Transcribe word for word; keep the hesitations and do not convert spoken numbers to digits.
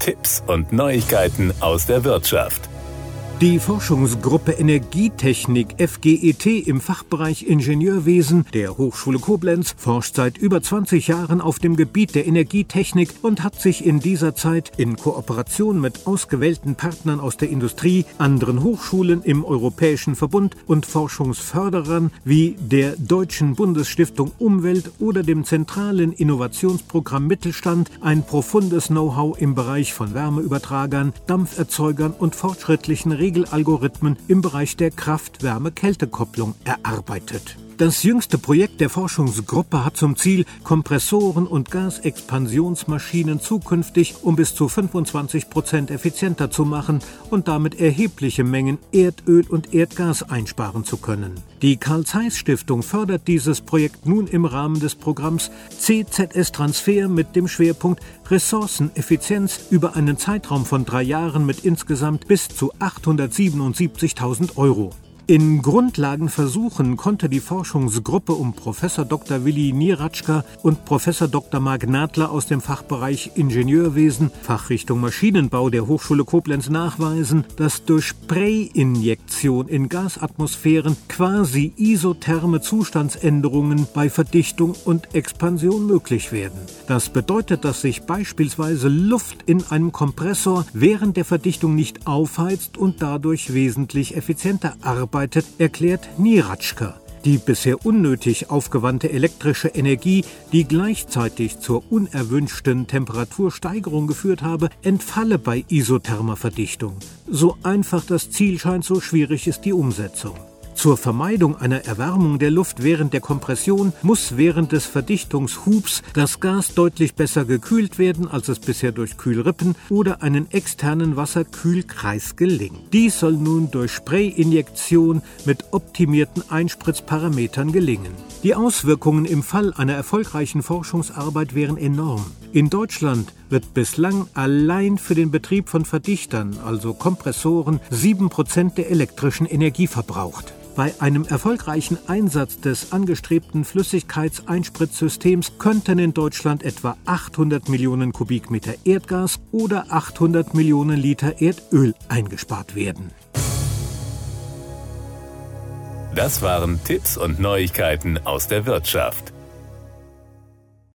Tipps und Neuigkeiten aus der Wirtschaft. Die Forschungsgruppe Energietechnik F G E T im Fachbereich Ingenieurwesen der Hochschule Koblenz forscht seit über zwanzig Jahren auf dem Gebiet der Energietechnik und hat sich in dieser Zeit in Kooperation mit ausgewählten Partnern aus der Industrie, anderen Hochschulen im Europäischen Verbund und Forschungsförderern wie der Deutschen Bundesstiftung Umwelt oder dem Zentralen Innovationsprogramm Mittelstand ein profundes Know-how im Bereich von Wärmeübertragern, Dampferzeugern und fortschrittlichen Regelalgorithmen im Bereich der Kraft-Wärme-Kälte-Kopplung erarbeitet. Das jüngste Projekt der Forschungsgruppe hat zum Ziel, Kompressoren und Gasexpansionsmaschinen zukünftig um bis zu fünfundzwanzig Prozent effizienter zu machen und damit erhebliche Mengen Erdöl und Erdgas einsparen zu können. Die Carl-Zeiss-Stiftung fördert dieses Projekt nun im Rahmen des Programms C Z S-Transfer mit dem Schwerpunkt Ressourceneffizienz über einen Zeitraum von drei Jahren mit insgesamt bis zu achthundertsiebenundsiebzigtausend Euro. In Grundlagenversuchen konnte die Forschungsgruppe um Professor Doktor Willi Nieratschka und Professor Doktor Marc Nadler aus dem Fachbereich Ingenieurwesen, Fachrichtung Maschinenbau der Hochschule Koblenz nachweisen, dass durch Sprayinjektion in Gasatmosphären quasi isotherme Zustandsänderungen bei Verdichtung und Expansion möglich werden. Das bedeutet, dass sich beispielsweise Luft in einem Kompressor während der Verdichtung nicht aufheizt und dadurch wesentlich effizienter arbeitet, erklärt Nieratschka. Die bisher unnötig aufgewandte elektrische Energie, die gleichzeitig zur unerwünschten Temperatursteigerung geführt habe, entfalle bei isothermer Verdichtung. So einfach das Ziel scheint, so schwierig ist die Umsetzung. Zur Vermeidung einer Erwärmung der Luft während der Kompression muss während des Verdichtungshubs das Gas deutlich besser gekühlt werden, als es bisher durch Kühlrippen oder einen externen Wasserkühlkreis gelingt. Dies soll nun durch Sprayinjektion mit optimierten Einspritzparametern gelingen. Die Auswirkungen im Fall einer erfolgreichen Forschungsarbeit wären enorm. In Deutschland wird bislang allein für den Betrieb von Verdichtern, also Kompressoren, sieben Prozent der elektrischen Energie verbraucht. Bei einem erfolgreichen Einsatz des angestrebten Flüssigkeitseinspritzsystems könnten in Deutschland etwa achthundert Millionen Kubikmeter Erdgas oder achthundert Millionen Liter Erdöl eingespart werden. Das waren Tipps und Neuigkeiten aus der Wirtschaft.